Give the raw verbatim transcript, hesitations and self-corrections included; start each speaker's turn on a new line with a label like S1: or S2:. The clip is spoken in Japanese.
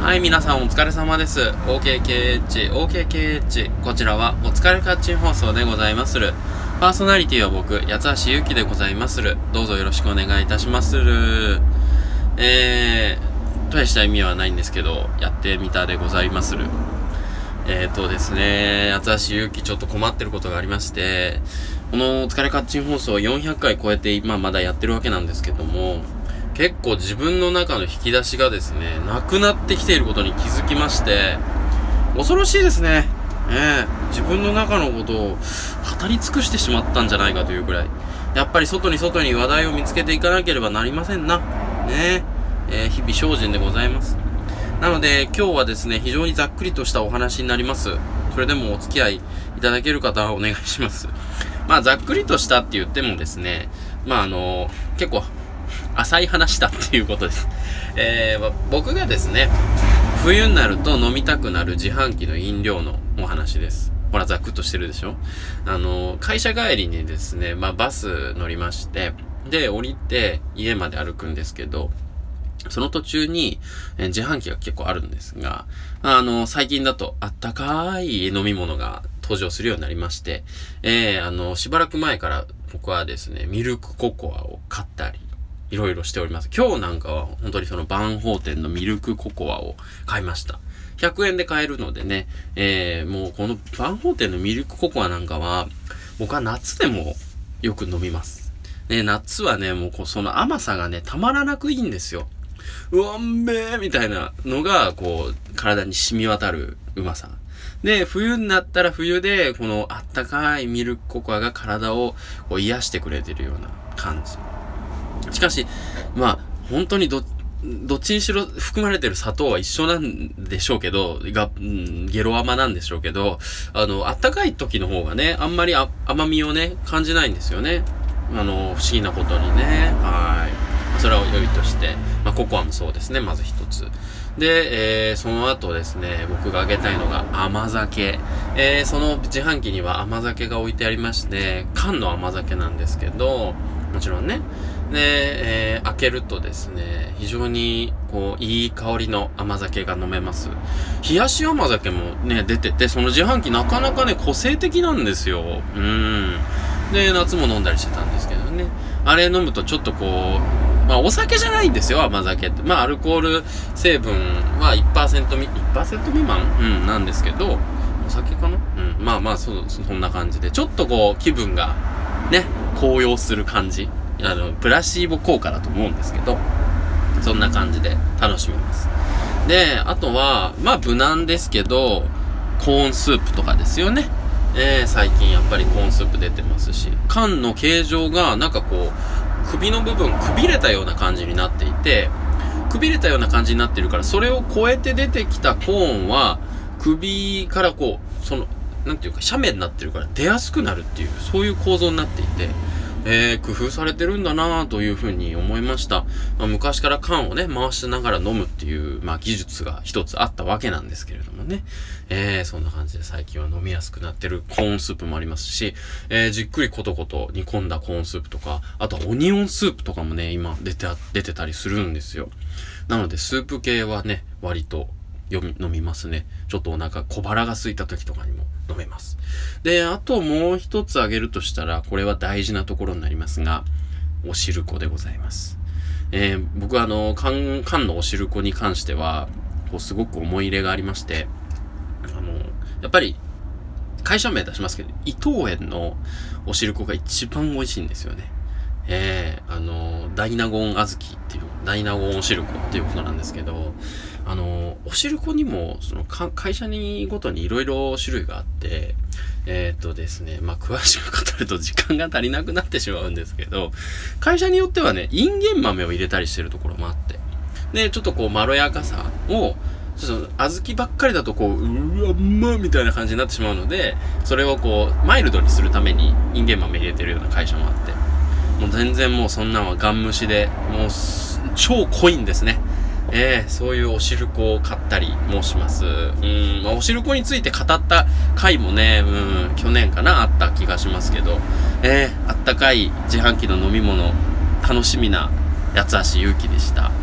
S1: はい、皆さんお疲れ様です。 オーケーケーエイチ オーケーケーエイチ こちらはお疲れカッチン放送でございまする。パーソナリティは僕八橋ゆうきでございまする。どうぞよろしくお願いいたしまする。えー大した意味はないんですけどやってみたでございまする。えーとですね八橋ゆうきちょっと困ってることがありまして、このお疲れカッチン放送よんひゃっかい超えて今まだやってるわけなんですけども、結構自分の中の引き出しがですねなくなってきていることに気づきまして、恐ろしいですね。えー、自分の中のことを語り尽くしてしまったんじゃないかというくらい、やっぱり外に外に話題を見つけていかなければなりませんな。ねえー、日々精進でございます。なので今日はですね非常にざっくりとしたお話になります。それでもお付き合いいただける方はお願いします。まあざっくりとしたって言ってもですね、まああの結構浅い話だっていうことです。えー、僕がですね冬になると飲みたくなる自販機の飲料のお話です。ほらざくっとしてるでしょ。あの会社帰りにですね、まあバス乗りまして、で降りて家まで歩くんですけど、その途中に、えー、自販機が結構あるんですが、あの最近だとあったかい飲み物が登場するようになりまして、えー、あのしばらく前から僕はですねミルクココアを買ったりいろいろしております。今日なんかは本当にその万宝店のミルクココアを買いました。ひゃくえんで買えるのでね、えー、もうこの万宝店のミルクココアなんかは僕は夏でもよく飲みます。ね、夏はねもうこうその甘さがねたまらなくいいんですよ。うわんめーみたいなのがこう体に染み渡るうまさで、冬になったら冬でこのあったかいミルクココアが体をこう癒してくれてるような感じ。しかしまあ本当にどどっちにしろ含まれてる砂糖は一緒なんでしょうけど、が、うん、ゲロ甘なんでしょうけど、あのあったかい時の方がねあんまりあ甘みをね感じないんですよね。あの不思議なことにね。はい、それは良いとして、まあ、ココアもそうですね。まず一つで、えー、その後ですね僕があげたいのが甘酒。えー、その自販機には甘酒が置いてありまして、缶の甘酒なんですけど、もちろんね。で、えー、開けるとですね非常にこういい香りの甘酒が飲めます。冷やし甘酒もね出てて、その自販機なかなかね個性的なんですよ。うーんで夏も飲んだりしてたんですけどね、あれ飲むとちょっとこうまあお酒じゃないんですよ甘酒って。まあアルコール成分は いちパーセント み いちパーセント 未満、うん、なんですけど、お酒かな、うん、まあまあそそんな感じでちょっとこう気分がね高揚する感じ、あのプラシーボ効果だと思うんですけど、そんな感じで楽しめます。であとはまあ無難ですけどコーンスープとかですよね。えー、最近やっぱりコーンスープ出てますし、缶の形状がなんかこう首の部分くびれたような感じになっていて、くびれたような感じになってるから、それを超えて出てきたコーンは首からこうそのなんていうか斜面になってるから出やすくなるっていう、そういう構造になっていて、えー、工夫されてるんだなぁというふうに思いました。まあ、昔から缶をね回しながら飲むっていう、まあ、技術が一つあったわけなんですけれどもね、えー、そんな感じで最近は飲みやすくなってるコーンスープもありますし、えー、じっくりコトコト煮込んだコーンスープとか、あとはオニオンスープとかもね今出て出てたりするんですよ。なのでスープ系はね割と読み飲みますね。ちょっとお腹小腹が空いた時とかにも飲めます。であともう一つ挙げるとしたら、これは大事なところになりますが、おしるこでございます。えー、僕はあの缶缶のおしるこに関してはこうすごく思い入れがありまして、あのやっぱり会社名出しますけど伊藤園のおしるこが一番美味しいんですよね。えー、あの大納言小豆っていう大納言おしるこっていうことなんですけど、あのおしるこにもそのか会社にごとにいろいろ種類があって、えー、っとですねまあ詳しく語ると時間が足りなくなってしまうんですけど、会社によってはねインゲン豆を入れたりしてるところもあって、でちょっとこうまろやかさをちょっと小豆ばっかりだとこううわうまみたいな感じになってしまうので、それをこうマイルドにするためにインゲン豆入れてるような会社もあって、もう全然もうそんなんはガン無視でもう超濃いんですね。えー、そういうおしるこを買ったりもします。うん、まあ、おしるこについて語った回もね、うん、去年かなあった気がしますけど、えー、あったかい自販機の飲み物楽しみな八橋ゆうきでした。